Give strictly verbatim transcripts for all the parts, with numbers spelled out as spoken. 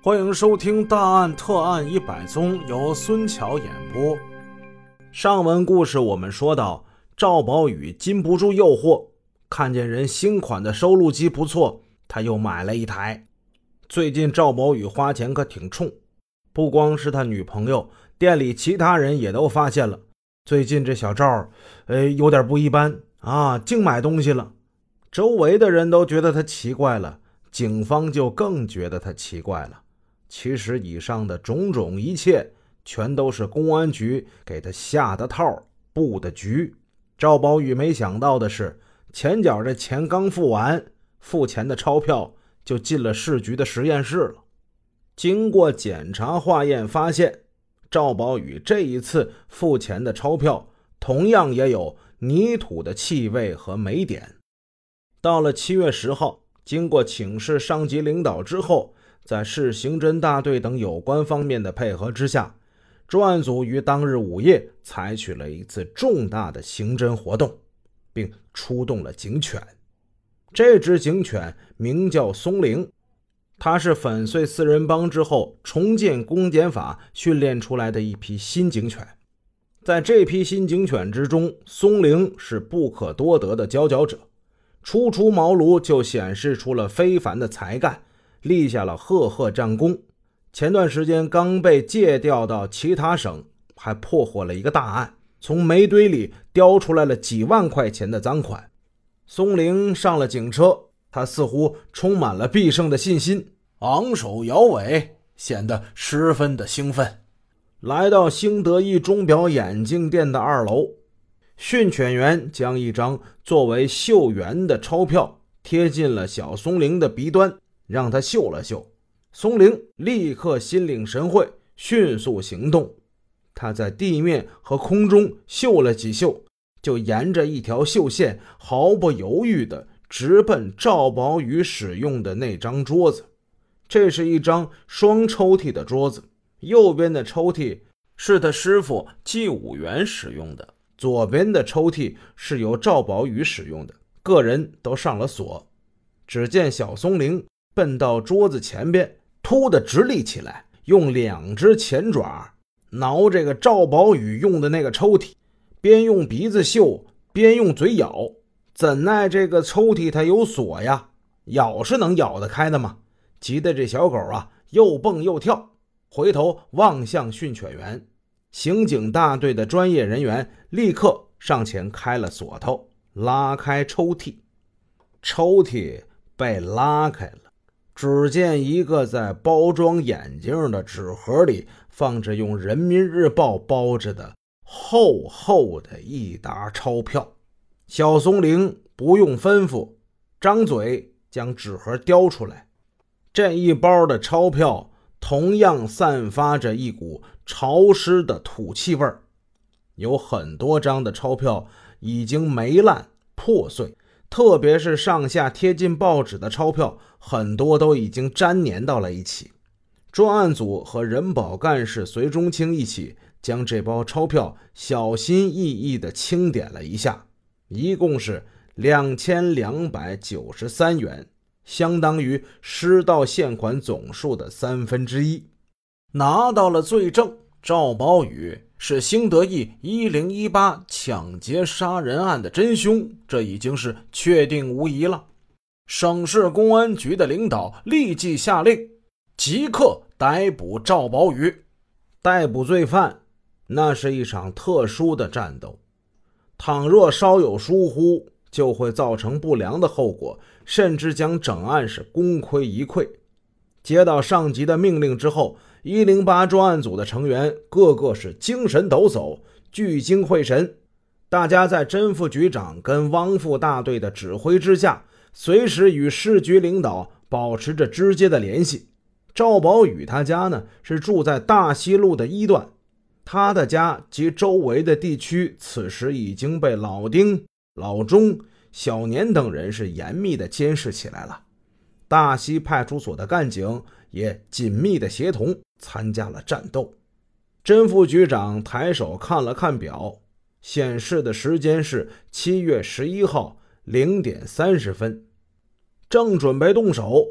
欢迎收听《大案特案一百宗》，由孙桥演播。上文故事我们说到，赵宝宇禁不住诱惑，看见人新款的收录机不错，他又买了一台。最近赵宝宇花钱可挺冲，不光是他女朋友，店里其他人也都发现了，最近这小赵呃，有点不一般啊，净买东西了。周围的人都觉得他奇怪了，警方就更觉得他奇怪了。其实以上的种种一切全都是公安局给他下的套，布的局。赵宝宇没想到的是，前脚这钱刚付完，付钱的钞票就进了市局的实验室了。经过检查化验发现，赵宝宇这一次付钱的钞票同样也有泥土的气味和霉点。到了七月十号，经过请示上级领导之后，在市刑侦大队等有关方面的配合之下，专案组于当日午夜采取了一次重大的刑侦活动，并出动了警犬。这只警犬名叫松灵，它是粉碎四人帮之后重建公检法训练出来的一批新警犬。在这批新警犬之中，松灵是不可多得的佼佼者，初出茅庐就显示出了非凡的才干，立下了赫赫战功。前段时间刚被借调到其他省，还破获了一个大案，从煤堆里叼出来了几万块钱的赃款。松灵上了警车，他似乎充满了必胜的信心，昂首摇尾，显得十分的兴奋。来到兴德一钟表眼镜店的二楼，训犬员将一张作为嗅源的钞票贴进了小松灵的鼻端，让他嗅了嗅。松灵立刻心领神会，迅速行动。他在地面和空中嗅了几嗅，就沿着一条嗅线毫不犹豫地直奔赵宝宇使用的那张桌子。这是一张双抽屉的桌子，右边的抽屉是他师傅季武元使用的，左边的抽屉是由赵宝宇使用的，个人都上了锁。只见小松灵奔到桌子前边，突地直立起来，用两只前爪挠这个赵宝宇用的那个抽屉，边用鼻子嗅边用嘴咬。怎奈这个抽屉它有锁呀，咬是能咬得开的吗？急得这小狗啊又蹦又跳，回头望向训犬员。刑警大队的专业人员立刻上前开了锁头，拉开抽屉。抽屉被拉开了，只见一个在包装眼镜的纸盒里放着用人民日报包着的厚厚的一沓钞票。小松灵不用吩咐，张嘴将纸盒叼出来。这一包的钞票同样散发着一股潮湿的土气味儿，有很多张的钞票已经霉烂破碎，特别是上下贴近报纸的钞票，很多都已经粘黏到了一起。专案组和人保干事隋中清一起将这包钞票小心翼翼地清点了一下，一共是两千两百九十三元，相当于失盗现款总数的三分之一。拿到了罪证，赵宝宇是兴德义一零一八抢劫杀人案的真凶，这已经是确定无疑了。省市公安局的领导立即下令，即刻逮捕赵宝宇。逮捕罪犯，那是一场特殊的战斗，倘若稍有疏忽，就会造成不良的后果，甚至将整案是功亏一篑。接到上级的命令之后，一零八专案组的成员个个是精神抖擞，聚精会神。大家在甄副局长跟汪副大队的指挥之下，随时与市局领导保持着直接的联系。赵宝宇他家呢是住在大西路的一段，他的家及周围的地区此时已经被老丁、老钟、小年等人是严密的监视起来了。大西派出所的干警也紧密的协同参加了战斗。甄副局长抬手看了看表，显示的时间是七月十一号零点三十分，正准备动手，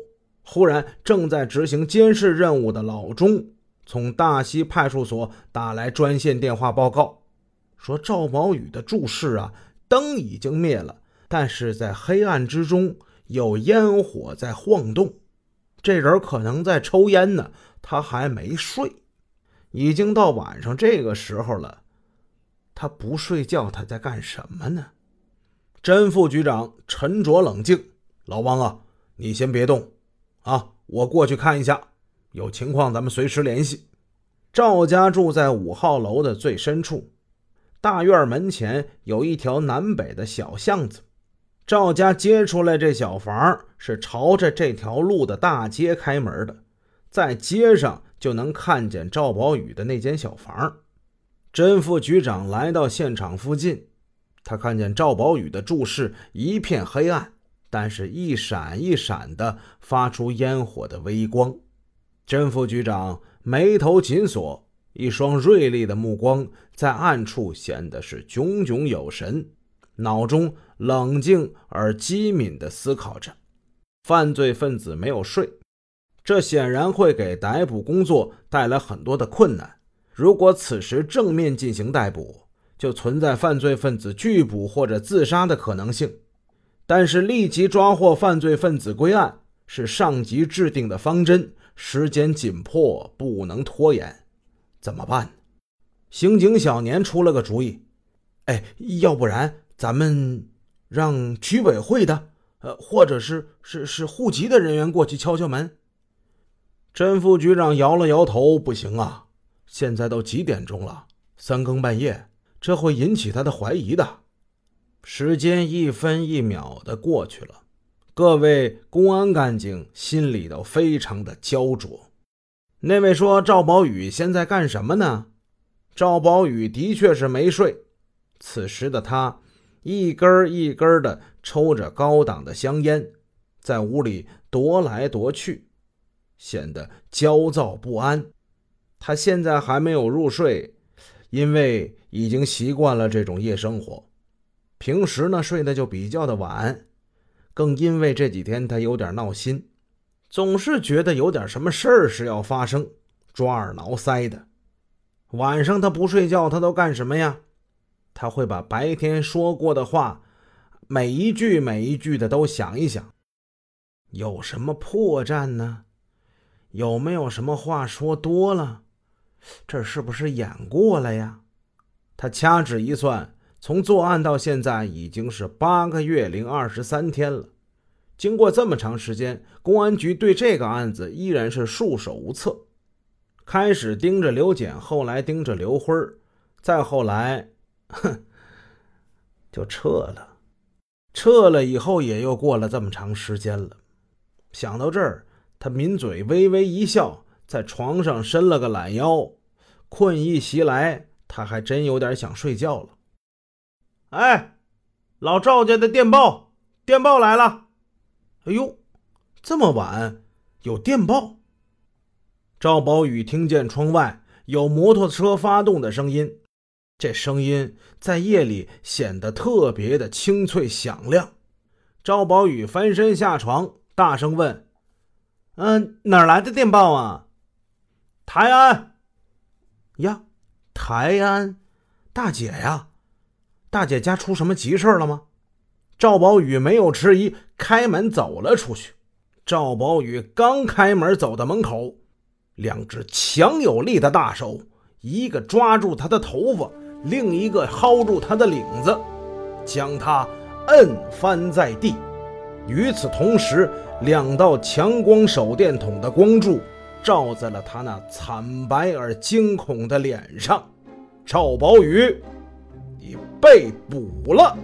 忽然正在执行监视任务的老钟从大溪派出所打来专线电话报告，说赵宝宇的住室啊，灯已经灭了，但是在黑暗之中有烟火在晃动，这人可能在抽烟呢，他还没睡。已经到晚上这个时候了，他不睡觉他在干什么呢？甄副局长沉着冷静，老王啊，你先别动啊，我过去看一下，有情况咱们随时联系。赵家住在五号楼的最深处，大院门前有一条南北的小巷子，赵家接出来这小房是朝着这条路的大街开门的，在街上就能看见赵宝宇的那间小房。甄副局长来到现场附近，他看见赵宝宇的住室一片黑暗，但是一闪一闪的发出烟火的微光。甄副局长眉头紧锁，一双锐利的目光在暗处显得是炯炯有神，脑中冷静而机敏地思考着。犯罪分子没有睡，这显然会给逮捕工作带来很多的困难。如果此时正面进行逮捕，就存在犯罪分子拒捕或者自杀的可能性。但是立即抓获犯罪分子归案是上级制定的方针，时间紧迫，不能拖延。怎么办？刑警小年出了个主意，哎，要不然咱们让居委会的呃，或者是是是户籍的人员过去敲敲门。甄副局长摇了摇头，不行啊，现在都几点钟了，三更半夜，这会引起他的怀疑的。时间一分一秒的过去了，各位公安干警心里都非常的焦灼。那位说赵宝宇现在干什么呢？赵宝宇的确是没睡，此时的他一根一根的抽着高档的香烟，在屋里踱来踱去，显得焦躁不安。他现在还没有入睡，因为已经习惯了这种夜生活。平时呢睡得就比较的晚，更因为这几天他有点闹心，总是觉得有点什么事儿是要发生，抓耳挠腮的。晚上他不睡觉，他都干什么呀？他会把白天说过的话每一句每一句的都想一想，有什么破绽呢？有没有什么话说多了？这是不是演过了呀？他掐指一算，从作案到现在已经是八个月零二十三天了。经过这么长时间，公安局对这个案子依然是束手无策。开始盯着刘检，后来盯着刘辉，再后来哼，就撤了。撤了以后也又过了这么长时间了。想到这儿，他抿嘴微微一笑，在床上伸了个懒腰，困意袭来，他还真有点想睡觉了。哎，老赵家的电报，电报来了。哎呦，这么晚有电报？赵宝宇听见窗外有摩托车发动的声音，这声音在夜里显得特别的清脆响亮。赵宝宇翻身下床，大声问：嗯，哪儿来的电报啊？台安。呀，台安，大姐呀，大姐家出什么急事了吗？赵宝宇没有迟疑，开门走了出去。赵宝宇刚开门走到门口，两只强有力的大手，一个抓住他的头发，另一个薅住他的领子，将他摁翻在地。与此同时，两道强光手电筒的光柱照在了他那惨白而惊恐的脸上。赵宝宇，你被捕了。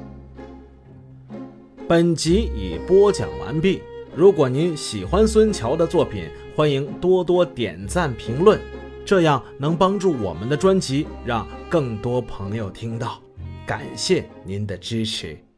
本集已播讲完毕，如果您喜欢孙桥的作品，欢迎多多点赞评论，这样能帮助我们的专辑让更多朋友听到。感谢您的支持。